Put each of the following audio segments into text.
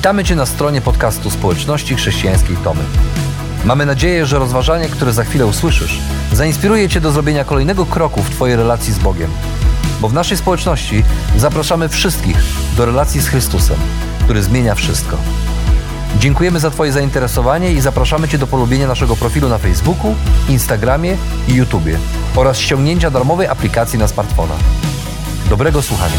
Witamy Cię na stronie podcastu Społeczności Chrześcijańskiej Tomy. Mamy nadzieję, że rozważanie, które za chwilę usłyszysz, zainspiruje Cię do zrobienia kolejnego kroku w Twojej relacji z Bogiem. Bo w naszej społeczności zapraszamy wszystkich do relacji z Chrystusem, który zmienia wszystko. Dziękujemy za Twoje zainteresowanie i zapraszamy Cię do polubienia naszego profilu na Facebooku, Instagramie i YouTubie oraz ściągnięcia darmowej aplikacji na smartfona. Dobrego słuchania.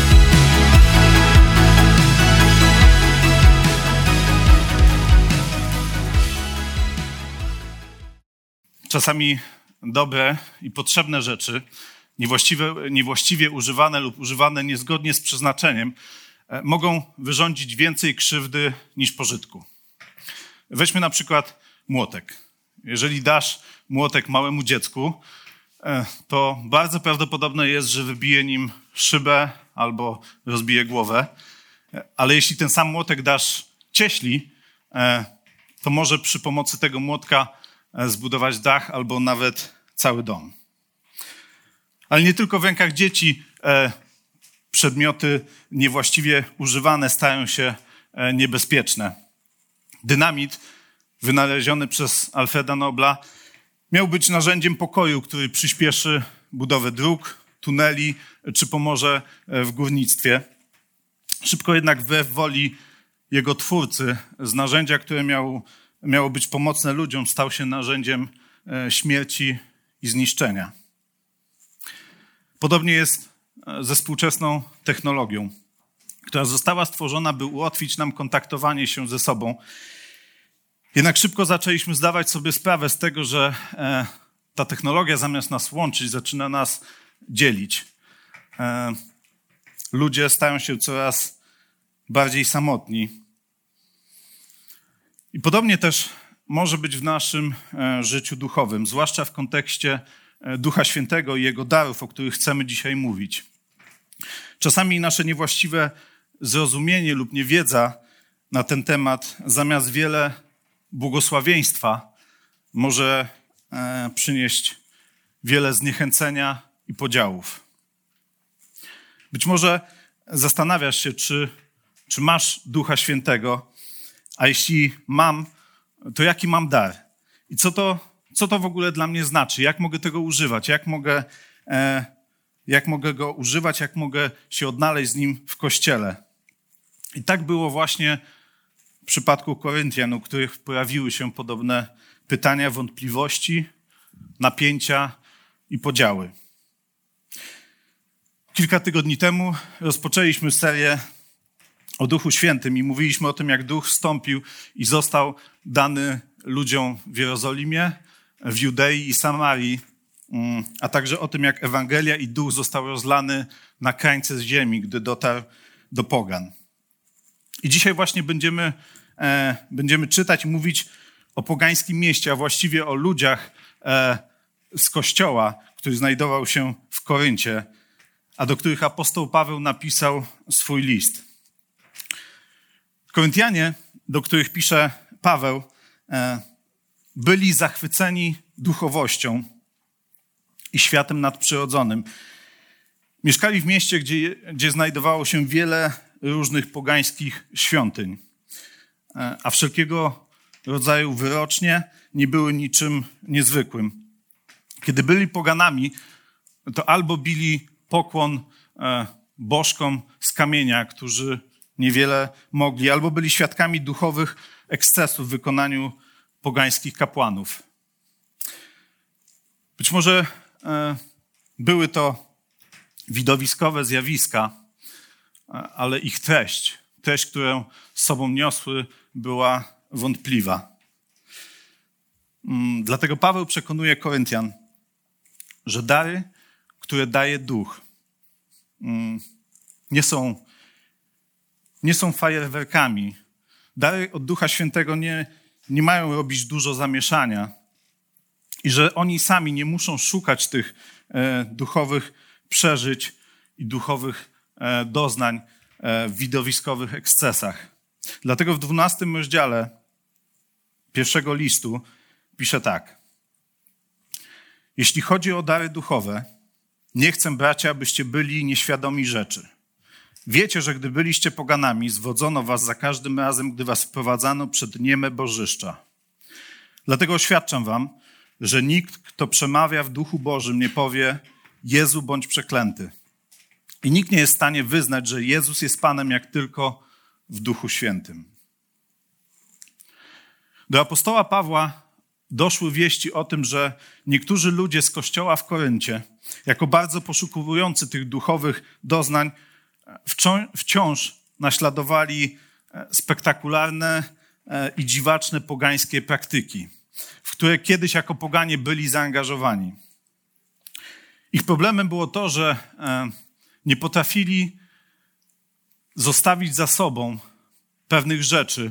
Czasami dobre i potrzebne rzeczy, niewłaściwie używane lub używane niezgodnie z przeznaczeniem, mogą wyrządzić więcej krzywdy niż pożytku. Weźmy na przykład młotek. Jeżeli dasz młotek małemu dziecku, to bardzo prawdopodobne jest, że wybije nim szybę albo rozbije głowę. Ale jeśli ten sam młotek dasz cieśli, to może przy pomocy tego młotka zbudować dach albo nawet cały dom. Ale nie tylko w rękach dzieci przedmioty niewłaściwie używane stają się niebezpieczne. Dynamit wynaleziony przez Alfreda Nobla miał być narzędziem pokoju, który przyspieszy budowę dróg, tuneli czy pomoże w górnictwie. Szybko jednak wbrew woli jego twórcy z narzędzia, które miało być pomocne ludziom, stał się narzędziem śmierci i zniszczenia. Podobnie jest ze współczesną technologią, która została stworzona, by ułatwić nam kontaktowanie się ze sobą. Jednak szybko zaczęliśmy zdawać sobie sprawę z tego, że ta technologia zamiast nas łączyć, zaczyna nas dzielić. Ludzie stają się coraz bardziej samotni. I podobnie też może być w naszym życiu duchowym, zwłaszcza w kontekście Ducha Świętego i Jego darów, o których chcemy dzisiaj mówić. Czasami nasze niewłaściwe zrozumienie lub niewiedza na ten temat, zamiast wiele błogosławieństwa, może przynieść wiele zniechęcenia i podziałów. Być może zastanawiasz się, czy masz Ducha Świętego, a jeśli mam, to jaki mam dar? I co to w ogóle dla mnie znaczy? Jak mogę tego używać? Jak mogę go używać? Jak mogę się odnaleźć z nim w Kościele? I tak było właśnie w przypadku Koryntian, u których pojawiły się podobne pytania, wątpliwości, napięcia i podziały. Kilka tygodni temu rozpoczęliśmy serię o Duchu Świętym i mówiliśmy o tym, jak Duch wstąpił i został dany ludziom w Jerozolimie, w Judei i Samarii, a także o tym, jak Ewangelia i Duch został rozlany na krańce ziemi, gdy dotarł do pogan. I dzisiaj właśnie będziemy czytać i mówić o pogańskim mieście, a właściwie o ludziach z Kościoła, który znajdował się w Koryncie, a do których apostoł Paweł napisał swój list. Koryntianie, do których pisze Paweł, byli zachwyceni duchowością i światem nadprzyrodzonym. Mieszkali w mieście, gdzie znajdowało się wiele różnych pogańskich świątyń, a wszelkiego rodzaju wyrocznie nie były niczym niezwykłym. Kiedy byli poganami, to albo bili pokłon bożkom z kamienia, którzy niewiele mogli, albo byli świadkami duchowych ekscesów w wykonaniu pogańskich kapłanów. Być może były to widowiskowe zjawiska, ale ich treść, którą z sobą niosły, była wątpliwa. Dlatego Paweł przekonuje Koryntian, że dary, które daje Duch, nie są fajerwerkami. Dary od Ducha Świętego nie mają robić dużo zamieszania i że oni sami nie muszą szukać tych duchowych przeżyć i duchowych doznań w widowiskowych ekscesach. Dlatego w 12 rozdziale pierwszego listu pisze tak. Jeśli chodzi o dary duchowe, nie chcę, bracia, abyście byli nieświadomi rzeczy. Wiecie, że gdy byliście poganami, zwodzono was za każdym razem, gdy was wprowadzano przed nieme bożyszcza. Dlatego oświadczam wam, że nikt, kto przemawia w Duchu Bożym, nie powie: Jezu, bądź przeklęty. I nikt nie jest w stanie wyznać, że Jezus jest Panem, jak tylko w Duchu Świętym. Do apostoła Pawła doszły wieści o tym, że niektórzy ludzie z kościoła w Koryncie, jako bardzo poszukujący tych duchowych doznań, wciąż naśladowali spektakularne i dziwaczne pogańskie praktyki, w które kiedyś jako poganie byli zaangażowani. Ich problemem było to, że nie potrafili zostawić za sobą pewnych rzeczy,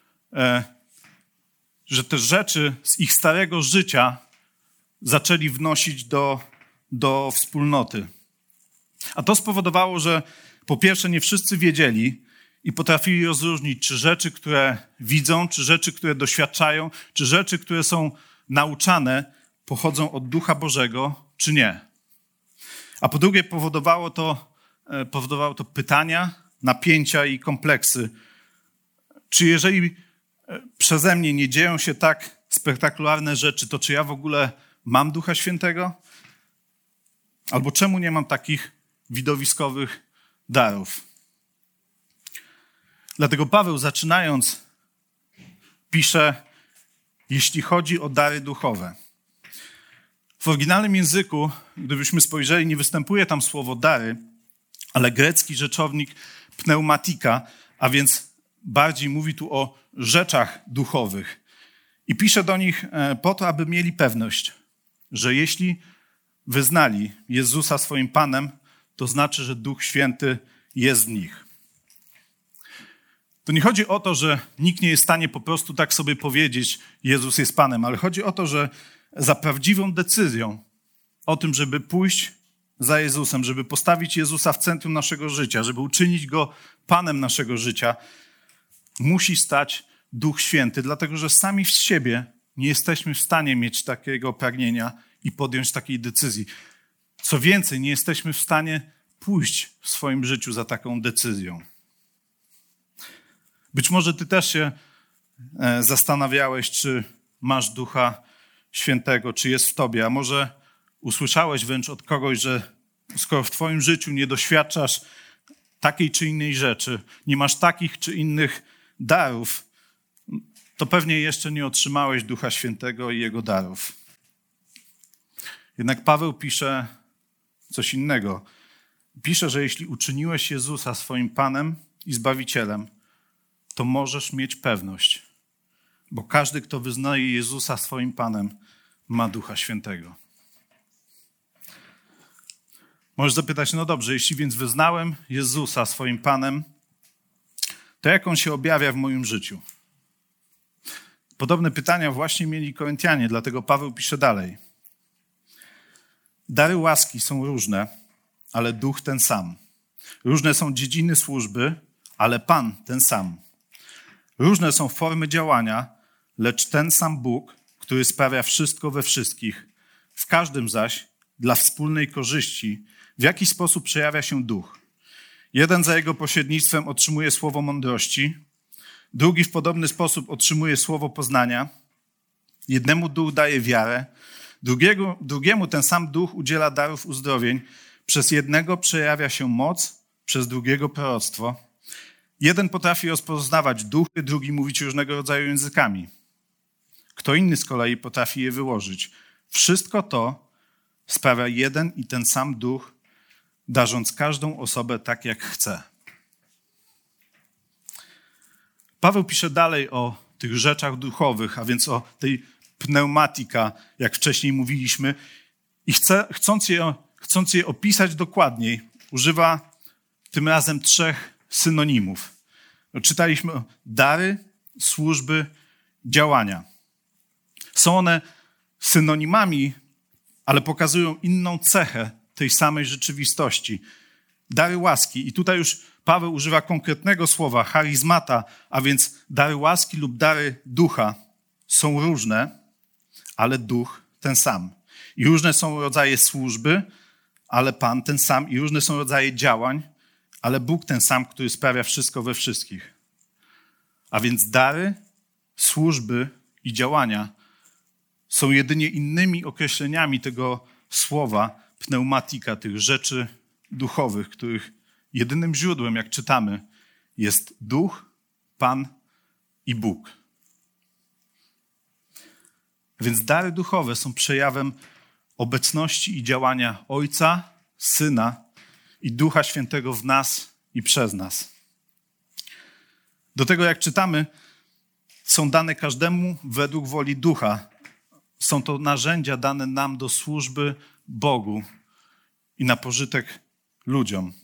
że te rzeczy z ich starego życia zaczęli wnosić do wspólnoty. A to spowodowało, że po pierwsze nie wszyscy wiedzieli i potrafili rozróżnić, czy rzeczy, które widzą, czy rzeczy, które doświadczają, czy rzeczy, które są nauczane, pochodzą od Ducha Bożego, czy nie. A po drugie powodowało to pytania, napięcia i kompleksy. Czy jeżeli przeze mnie nie dzieją się tak spektakularne rzeczy, to czy ja w ogóle mam Ducha Świętego? Albo czemu nie mam takich widowiskowych darów? Dlatego Paweł, zaczynając, pisze: jeśli chodzi o dary duchowe. W oryginalnym języku, gdybyśmy spojrzeli, nie występuje tam słowo dary, ale grecki rzeczownik pneumatika, a więc bardziej mówi tu o rzeczach duchowych. I pisze do nich po to, aby mieli pewność, że jeśli wyznali Jezusa swoim Panem, to znaczy, że Duch Święty jest w nich. To nie chodzi o to, że nikt nie jest w stanie po prostu tak sobie powiedzieć: Jezus jest Panem, ale chodzi o to, że za prawdziwą decyzją o tym, żeby pójść za Jezusem, żeby postawić Jezusa w centrum naszego życia, żeby uczynić Go Panem naszego życia, musi stać Duch Święty, dlatego że sami z siebie nie jesteśmy w stanie mieć takiego pragnienia i podjąć takiej decyzji. Co więcej, nie jesteśmy w stanie pójść w swoim życiu za taką decyzją. Być może ty też się zastanawiałeś, czy masz Ducha Świętego, czy jest w tobie, a może usłyszałeś wręcz od kogoś, że skoro w twoim życiu nie doświadczasz takiej czy innej rzeczy, nie masz takich czy innych darów, to pewnie jeszcze nie otrzymałeś Ducha Świętego i Jego darów. Jednak Paweł pisze coś innego. Pisze, że jeśli uczyniłeś Jezusa swoim Panem i Zbawicielem, to możesz mieć pewność, bo każdy, kto wyznaje Jezusa swoim Panem, ma Ducha Świętego. Możesz zapytać: no dobrze, jeśli więc wyznałem Jezusa swoim Panem, to jak On się objawia w moim życiu? Podobne pytania właśnie mieli Koryntianie, dlatego Paweł pisze dalej. Dary łaski są różne, ale Duch ten sam. Różne są dziedziny służby, ale Pan ten sam. Różne są formy działania, lecz ten sam Bóg, który sprawia wszystko we wszystkich. W każdym zaś, dla wspólnej korzyści, w jaki sposób przejawia się Duch. Jeden za jego pośrednictwem otrzymuje słowo mądrości, drugi w podobny sposób otrzymuje słowo poznania. Jednemu Duch daje wiarę, drugiemu ten sam Duch udziela darów uzdrowień. Przez jednego przejawia się moc, przez drugiego proroctwo. Jeden potrafi rozpoznawać duchy, drugi mówić różnego rodzaju językami. Kto inny z kolei potrafi je wyłożyć. Wszystko to sprawia jeden i ten sam Duch, darząc każdą osobę tak, jak chce. Paweł pisze dalej o tych rzeczach duchowych, a więc o tej pneumatika, jak wcześniej mówiliśmy, i chcąc je opisać dokładniej, używa tym razem 3 synonimów. Czytaliśmy dary, służby, działania. Są one synonimami, ale pokazują inną cechę tej samej rzeczywistości. Dary łaski. I tutaj już Paweł używa konkretnego słowa, charyzmata, a więc dary łaski lub dary ducha są różne, ale duch ten sam. I różne są rodzaje służby, ale Pan ten sam. I różne są rodzaje działań, ale Bóg ten sam, który sprawia wszystko we wszystkich. A więc dary, służby i działania są jedynie innymi określeniami tego słowa pneumatika, tych rzeczy duchowych, których jedynym źródłem, jak czytamy, jest Duch, Pan i Bóg. Więc dary duchowe są przejawem obecności i działania Ojca, Syna i Ducha Świętego w nas i przez nas. Do tego, jak czytamy, są dane każdemu według woli Ducha. Są to narzędzia dane nam do służby Bogu i na pożytek ludziom.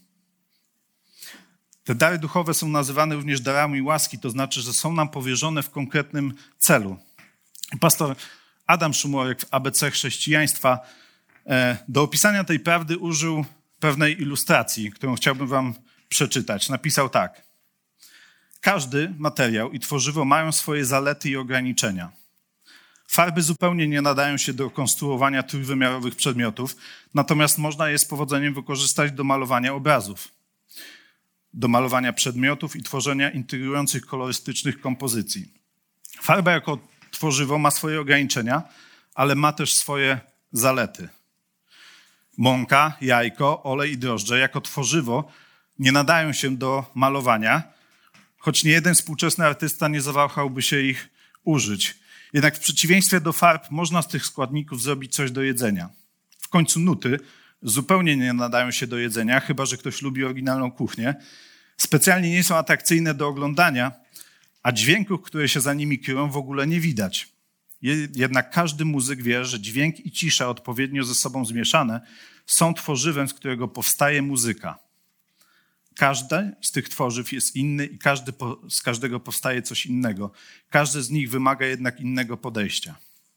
Te dary duchowe są nazywane również darami łaski, to znaczy, że są nam powierzone w konkretnym celu. Pastor Adam Szumorek w ABC chrześcijaństwa do opisania tej prawdy użył pewnej ilustracji, którą chciałbym wam przeczytać. Napisał tak. Każdy materiał i tworzywo mają swoje zalety i ograniczenia. Farby zupełnie nie nadają się do konstruowania trójwymiarowych przedmiotów, natomiast można je z powodzeniem wykorzystać do malowania obrazów, do malowania przedmiotów i tworzenia intrygujących kolorystycznych kompozycji. Farba jako tworzywo ma swoje ograniczenia, ale ma też swoje zalety. Mąka, jajko, olej i drożdże jako tworzywo nie nadają się do malowania, choć niejeden współczesny artysta nie zawahałby się ich użyć. Jednak w przeciwieństwie do farb można z tych składników zrobić coś do jedzenia. W końcu nuty zupełnie nie nadają się do jedzenia, chyba że ktoś lubi oryginalną kuchnię. Specjalnie nie są atrakcyjne do oglądania, a dźwięków, które się za nimi kryją, w ogóle nie widać. Jednak każdy muzyk wie, że dźwięk i cisza odpowiednio ze sobą zmieszane są tworzywem, z którego powstaje muzyka. Każdy z tych tworzyw jest inny i z każdego powstaje coś innego. Każdy z nich wymaga jednak innego podejścia.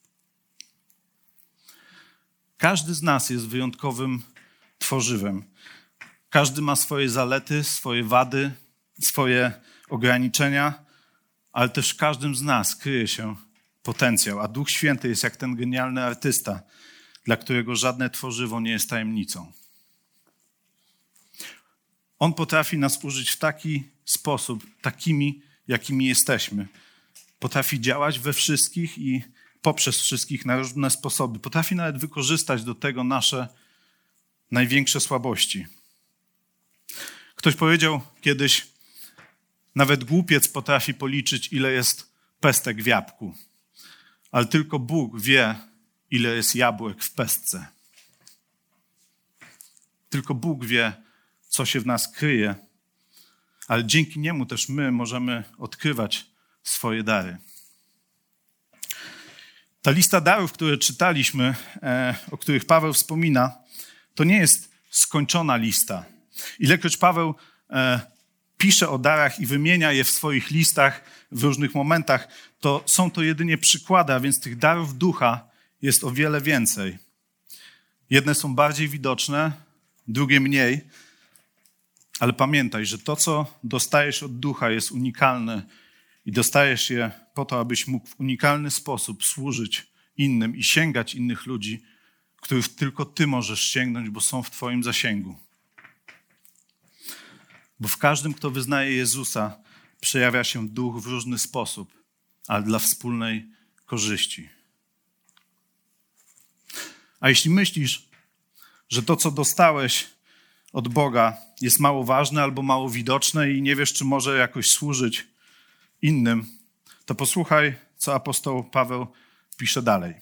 Każdy z nas jest wyjątkowym tworzywem. Każdy ma swoje zalety, swoje wady, swoje ograniczenia, ale też w każdym z nas kryje się potencjał, a Duch Święty jest jak ten genialny artysta, dla którego żadne tworzywo nie jest tajemnicą. On potrafi nas użyć w taki sposób, takimi, jakimi jesteśmy. Potrafi działać we wszystkich i poprzez wszystkich na różne sposoby. Potrafi nawet wykorzystać do tego nasze największe słabości. Ktoś powiedział kiedyś, nawet głupiec potrafi policzyć, ile jest pestek w jabłku, ale tylko Bóg wie, ile jest jabłek w pestce. Tylko Bóg wie, co się w nas kryje, ale dzięki Niemu też my możemy odkrywać swoje dary. Ta lista darów, które czytaliśmy, o których Paweł wspomina, to nie jest skończona lista. Ilekroć Paweł pisze o darach i wymienia je w swoich listach w różnych momentach, to są to jedynie przykłady, a więc tych darów ducha jest o wiele więcej. Jedne są bardziej widoczne, drugie mniej, ale pamiętaj, że to, co dostajesz od ducha, jest unikalne i dostajesz je po to, abyś mógł w unikalny sposób służyć innym i sięgać innych ludzi, których tylko ty możesz sięgnąć, bo są w twoim zasięgu. Bo w każdym, kto wyznaje Jezusa, przejawia się duch w różny sposób, ale dla wspólnej korzyści. A jeśli myślisz, że to, co dostałeś od Boga, jest mało ważne albo mało widoczne i nie wiesz, czy może jakoś służyć innym, to posłuchaj, co apostoł Paweł pisze dalej.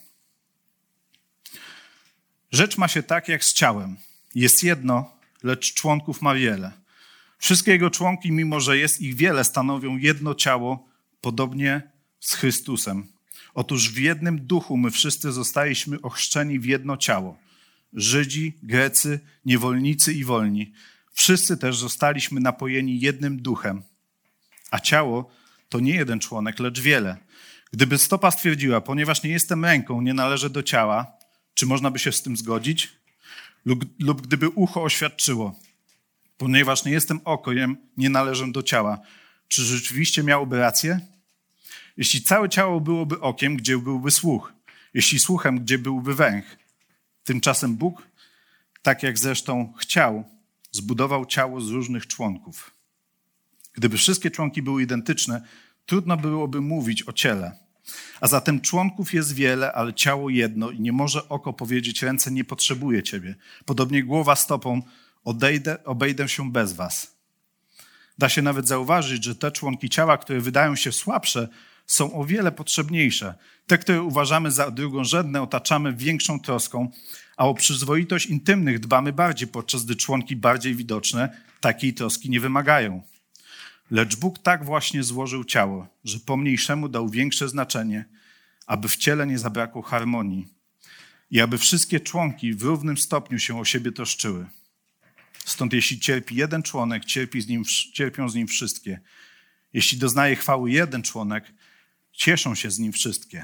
Rzecz ma się tak, jak z ciałem. Jest jedno, lecz członków ma wiele. Wszystkie jego członki, mimo że jest ich wiele, stanowią jedno ciało, podobnie z Chrystusem. Otóż w jednym duchu my wszyscy zostaliśmy ochrzczeni w jedno ciało. Żydzi, Grecy, niewolnicy i wolni. Wszyscy też zostaliśmy napojeni jednym duchem. A ciało to nie jeden członek, lecz wiele. Gdyby stopa stwierdziła, ponieważ nie jestem ręką, nie należę do ciała, czy można by się z tym zgodzić? Lub gdyby ucho oświadczyło, ponieważ nie jestem okiem, nie należę do ciała, czy rzeczywiście miałoby rację? Jeśli całe ciało byłoby okiem, gdzie byłby słuch? Jeśli słuchem, gdzie byłby węch? Tymczasem Bóg, tak jak zresztą chciał, zbudował ciało z różnych członków. Gdyby wszystkie członki były identyczne, trudno byłoby mówić o ciele. A zatem członków jest wiele, ale ciało jedno i nie może oko powiedzieć: ręce nie potrzebuje ciebie. Podobnie głowa stopą: obejdę się bez was. Da się nawet zauważyć, że te członki ciała, które wydają się słabsze, są o wiele potrzebniejsze. Te, które uważamy za drugorzędne, otaczamy większą troską, a o przyzwoitość intymnych dbamy bardziej, podczas gdy członki bardziej widoczne takiej troski nie wymagają. Lecz Bóg tak właśnie złożył ciało, że pomniejszemu dał większe znaczenie, aby w ciele nie zabrakło harmonii i aby wszystkie członki w równym stopniu się o siebie troszczyły. Stąd jeśli cierpi jeden członek, cierpią z nim wszystkie. Jeśli doznaje chwały jeden członek, cieszą się z nim wszystkie.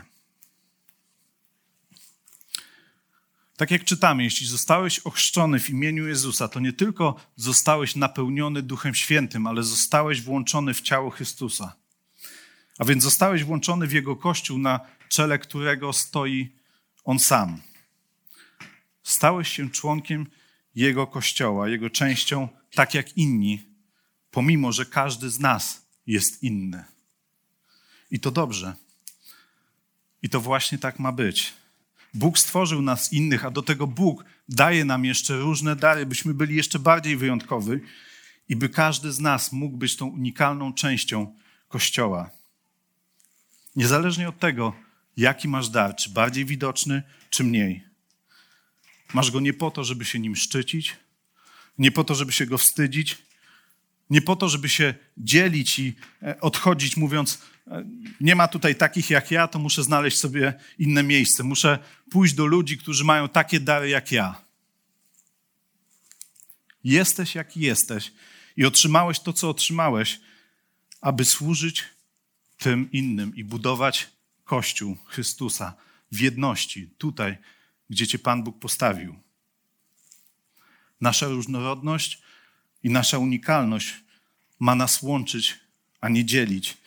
Tak jak czytamy, jeśli zostałeś ochrzczony w imieniu Jezusa, to nie tylko zostałeś napełniony Duchem Świętym, ale zostałeś włączony w ciało Chrystusa. A więc zostałeś włączony w Jego Kościół, na czele którego stoi On sam. Stałeś się członkiem Jego Kościoła, Jego częścią, tak jak inni, pomimo że każdy z nas jest inny. I to dobrze. I to właśnie tak ma być. Bóg stworzył nas innych, a do tego Bóg daje nam jeszcze różne dary, byśmy byli jeszcze bardziej wyjątkowi i by każdy z nas mógł być tą unikalną częścią Kościoła. Niezależnie od tego, jaki masz dar, czy bardziej widoczny, czy mniej. Masz go nie po to, żeby się nim szczycić, nie po to, żeby się go wstydzić, nie po to, żeby się dzielić i odchodzić, mówiąc: nie ma tutaj takich jak ja, to muszę znaleźć sobie inne miejsce. Muszę pójść do ludzi, którzy mają takie dary jak ja. Jesteś jaki jesteś i otrzymałeś to, co otrzymałeś, aby służyć tym innym i budować Kościół Chrystusa w jedności, tutaj, gdzie Cię Pan Bóg postawił. Nasza różnorodność i nasza unikalność ma nas łączyć, a nie dzielić.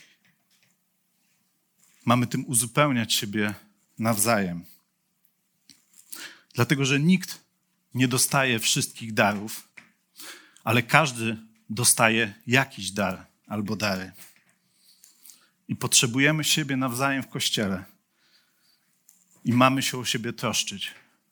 Mamy tym uzupełniać siebie nawzajem. Dlatego, że nikt nie dostaje wszystkich darów, ale każdy dostaje jakiś dar albo dary. I potrzebujemy siebie nawzajem w Kościele. I mamy się o siebie troszczyć.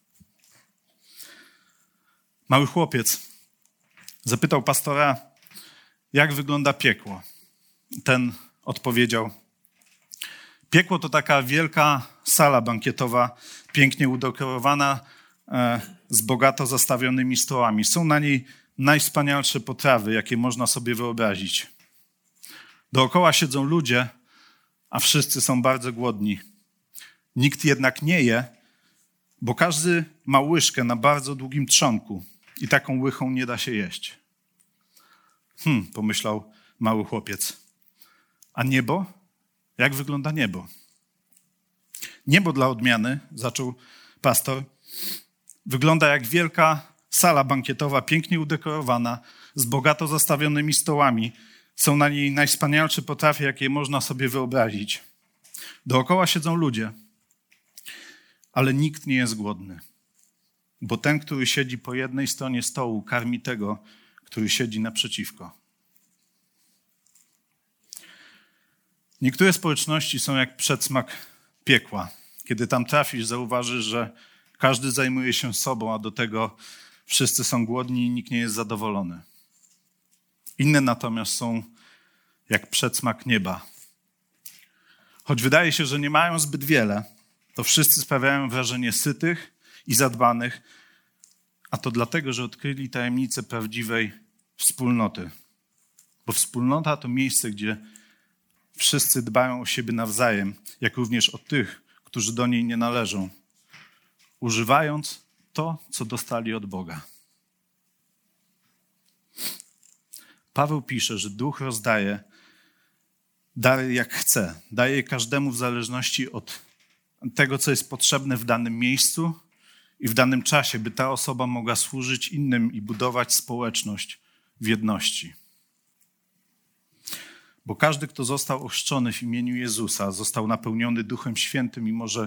Mały chłopiec zapytał pastora, jak wygląda piekło. Ten odpowiedział: piekło to taka wielka sala bankietowa, pięknie udekorowana, z bogato zastawionymi stołami. Są na niej najwspanialsze potrawy, jakie można sobie wyobrazić. Dookoła siedzą ludzie, a wszyscy są bardzo głodni. Nikt jednak nie je, bo każdy ma łyżkę na bardzo długim trzonku i taką łychą nie da się jeść. Pomyślał mały chłopiec. A niebo? Jak wygląda niebo? Niebo dla odmiany, zaczął pastor, wygląda jak wielka sala bankietowa, pięknie udekorowana, z bogato zastawionymi stołami. Są na niej najwspanialsze potrawy, jakie można sobie wyobrazić. Dookoła siedzą ludzie, ale nikt nie jest głodny, bo ten, który siedzi po jednej stronie stołu, karmi tego, który siedzi naprzeciwko. Niektóre społeczności są jak przedsmak piekła. Kiedy tam trafisz, zauważysz, że każdy zajmuje się sobą, a do tego wszyscy są głodni i nikt nie jest zadowolony. Inne natomiast są jak przedsmak nieba. Choć wydaje się, że nie mają zbyt wiele, to wszyscy sprawiają wrażenie sytych i zadbanych, a to dlatego, że odkryli tajemnicę prawdziwej wspólnoty. Bo wspólnota to miejsce, gdzie wszyscy dbają o siebie nawzajem, jak również o tych, którzy do niej nie należą, używając to, co dostali od Boga. Paweł pisze, że Duch rozdaje dary jak chce. Daje je każdemu w zależności od tego, co jest potrzebne w danym miejscu i w danym czasie, by ta osoba mogła służyć innym i budować społeczność w jedności. Bo każdy, kto został ochrzczony w imieniu Jezusa, został napełniony Duchem Świętym i może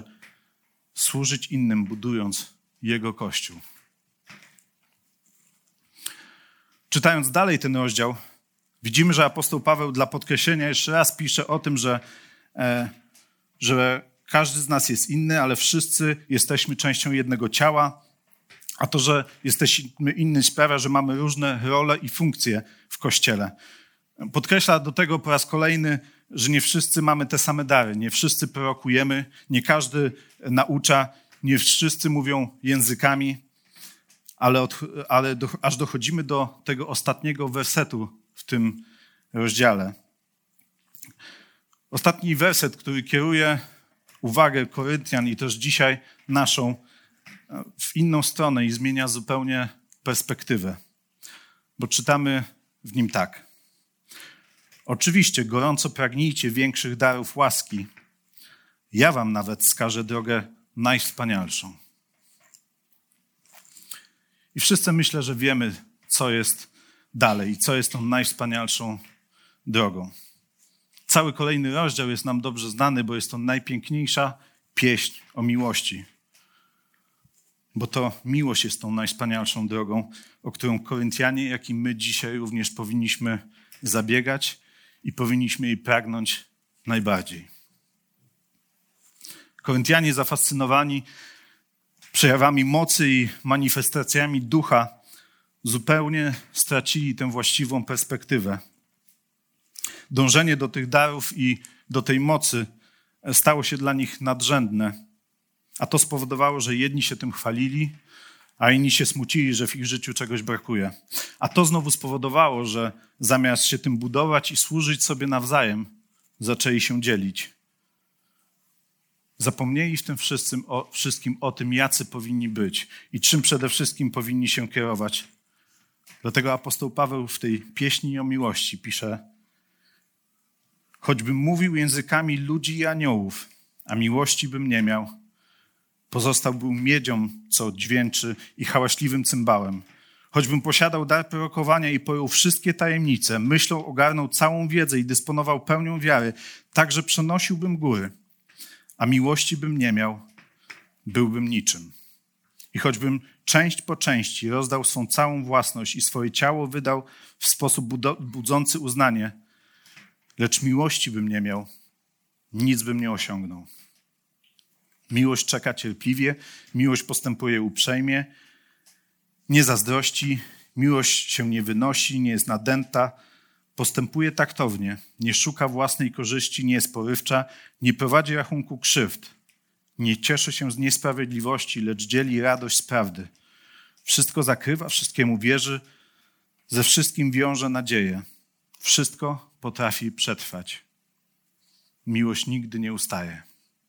służyć innym, budując Jego Kościół. Czytając dalej ten rozdział, widzimy, że apostoł Paweł dla podkreślenia jeszcze raz pisze o tym, że każdy z nas jest inny, ale wszyscy jesteśmy częścią jednego ciała, a to, że jesteśmy inni, sprawia, że mamy różne role i funkcje w Kościele. Podkreśla do tego po raz kolejny, że nie wszyscy mamy te same dary, nie wszyscy prorokujemy, nie każdy naucza, nie wszyscy mówią językami, aż dochodzimy do tego ostatniego wersetu w tym rozdziale. Ostatni werset, który kieruje uwagę Koryntian i też dzisiaj naszą w inną stronę i zmienia zupełnie perspektywę. Bo czytamy w nim tak. Oczywiście gorąco pragnijcie większych darów łaski. Ja wam nawet wskażę drogę najwspanialszą. I wszyscy myślę, że wiemy, co jest dalej i co jest tą najwspanialszą drogą. Cały kolejny rozdział jest nam dobrze znany, bo jest to najpiękniejsza pieśń o miłości. Bo to miłość jest tą najwspanialszą drogą, o którą Koryntianie, jak i my dzisiaj również powinniśmy zabiegać i powinniśmy jej pragnąć najbardziej. Koryntianie zafascynowani przejawami mocy i manifestacjami ducha zupełnie stracili tę właściwą perspektywę. Dążenie do tych darów i do tej mocy stało się dla nich nadrzędne, a to spowodowało, że jedni się tym chwalili, a inni się smucili, że w ich życiu czegoś brakuje. A to znowu spowodowało, że zamiast się tym budować i służyć sobie nawzajem, zaczęli się dzielić. Zapomnieli w tym wszystkim o tym, jacy powinni być i czym przede wszystkim powinni się kierować. Dlatego apostoł Paweł w tej pieśni o miłości pisze: choćbym mówił językami ludzi i aniołów, a miłości bym nie miał, pozostałbym miedzią, co dźwięczy, i hałaśliwym cymbałem. Choćbym posiadał dar prorokowania i pojął wszystkie tajemnice, myślą ogarnął całą wiedzę i dysponował pełnią wiary, tak że przenosiłbym góry, a miłości bym nie miał, byłbym niczym. I choćbym część po części rozdał swą całą własność i swoje ciało wydał w sposób budzący uznanie, lecz miłości bym nie miał, nic bym nie osiągnął. Miłość czeka cierpliwie, miłość postępuje uprzejmie, nie zazdrości, miłość się nie wynosi, nie jest nadęta, postępuje taktownie, nie szuka własnej korzyści, nie jest porywcza, nie prowadzi rachunku krzywd, nie cieszy się z niesprawiedliwości, lecz dzieli radość z prawdy. Wszystko zakrywa, wszystkiemu wierzy, ze wszystkim wiąże nadzieję. Wszystko potrafi przetrwać. Miłość nigdy nie ustaje.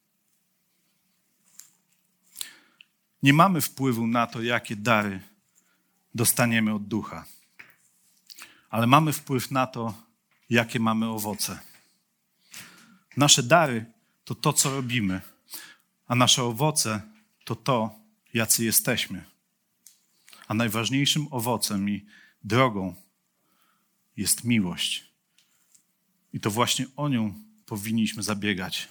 Nie mamy wpływu na to, jakie dary dostaniemy od Ducha, ale mamy wpływ na to, jakie mamy owoce. Nasze dary to to, co robimy, a nasze owoce to to, jacy jesteśmy. A najważniejszym owocem i drogą jest miłość. I to właśnie o nią powinniśmy zabiegać.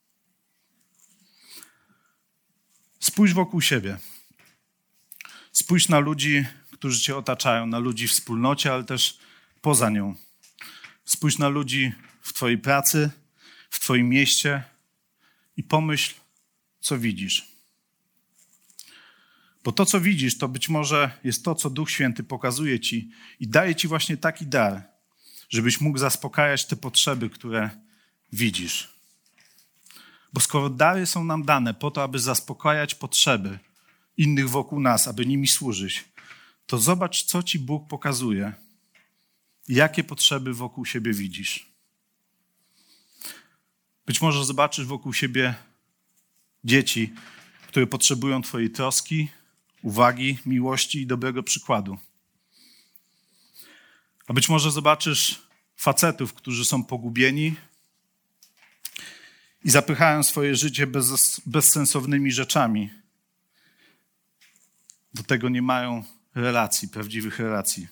Spójrz wokół siebie. Spójrz na ludzi, którzy cię otaczają, na ludzi w wspólnocie, ale też poza nią. Spójrz na ludzi w twojej pracy, w twoim mieście i pomyśl, co widzisz. Bo to, co widzisz, to być może jest to, co Duch Święty pokazuje ci i daje ci właśnie taki dar, żebyś mógł zaspokajać te potrzeby, które widzisz. Bo skoro dary są nam dane po to, aby zaspokajać potrzeby innych wokół nas, aby nimi służyć, to zobacz, co ci Bóg pokazuje i jakie potrzeby wokół siebie widzisz. Być może zobaczysz wokół siebie dzieci, które potrzebują twojej troski, uwagi, miłości i dobrego przykładu. A być może zobaczysz facetów, którzy są pogubieni i zapychają swoje życie bezsensownymi rzeczami. Do tego nie mają relacji, prawdziwych relacji.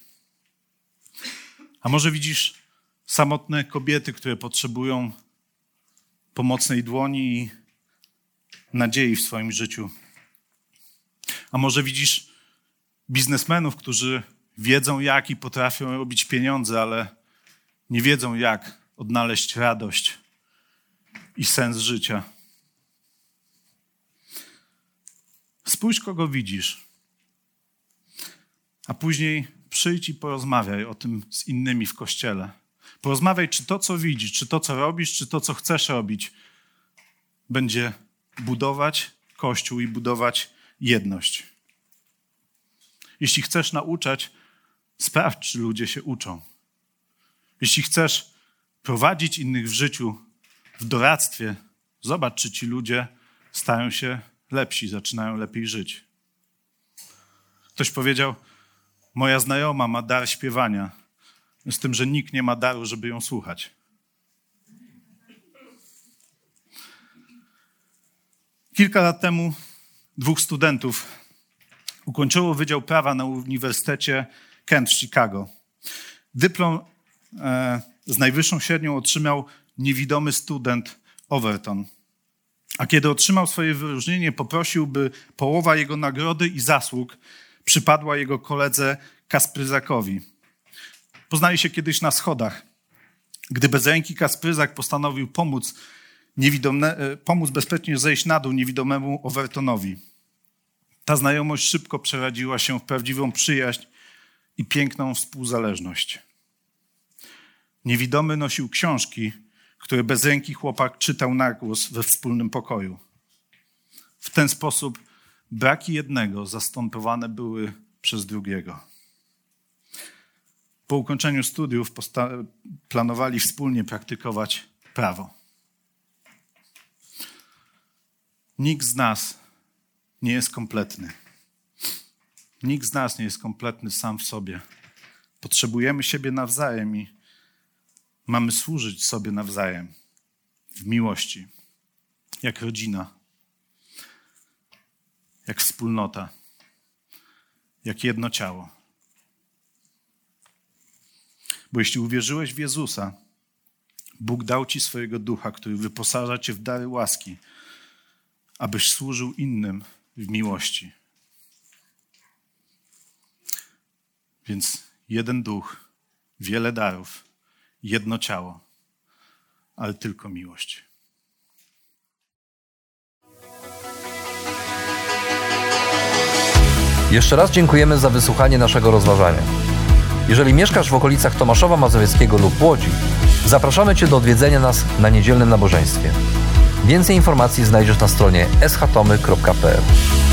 A może widzisz samotne kobiety, które potrzebują pomocnej dłoni i nadziei w swoim życiu. A może widzisz biznesmenów, którzy wiedzą jak i potrafią robić pieniądze, ale nie wiedzą jak odnaleźć radość i sens życia. Spójrz, kogo widzisz, a później przyjdź i porozmawiaj o tym z innymi w kościele. Porozmawiaj, czy to, co widzisz, czy to, co robisz, czy to, co chcesz robić, będzie budować Kościół i budować jedność. Jeśli chcesz nauczać, sprawdź, czy ludzie się uczą. Jeśli chcesz prowadzić innych w życiu, w doradztwie, zobacz, czy ci ludzie stają się lepsi, zaczynają lepiej żyć. Ktoś powiedział, moja znajoma ma dar śpiewania, z tym, że nikt nie ma daru, żeby ją słuchać. Kilka lat temu 2 studentów ukończyło Wydział Prawa na Uniwersytecie Kent w Chicago. Dyplom z najwyższą średnią otrzymał niewidomy student Overton. A kiedy otrzymał swoje wyróżnienie, poprosił, by połowa jego nagrody i zasług przypadła jego koledze Kaspryzakowi. Poznali się kiedyś na schodach. Gdy bez ręki Kaspryzak postanowił pomóc bezpiecznie zejść na dół niewidomemu Overtonowi. Ta znajomość szybko przerodziła się w prawdziwą przyjaźń i piękną współzależność. Niewidomy nosił książki, które bez ręki chłopak czytał na głos we wspólnym pokoju. W ten sposób braki jednego zastępowane były przez drugiego. Po ukończeniu studiów planowali wspólnie praktykować prawo. Nikt z nas nie jest kompletny. Nikt z nas nie jest kompletny sam w sobie. Potrzebujemy siebie nawzajem i mamy służyć sobie nawzajem w miłości, jak rodzina, jak wspólnota, jak jedno ciało. Bo jeśli uwierzyłeś w Jezusa, Bóg dał ci swojego ducha, który wyposaża cię w dary łaski, abyś służył innym w miłości. Więc jeden duch, wiele darów, jedno ciało, ale tylko miłość. Jeszcze raz dziękujemy za wysłuchanie naszego rozważania. Jeżeli mieszkasz w okolicach Tomaszowa Mazowieckiego lub Łodzi, zapraszamy Cię do odwiedzenia nas na niedzielnym nabożeństwie. Więcej informacji znajdziesz na stronie schtomy.pl.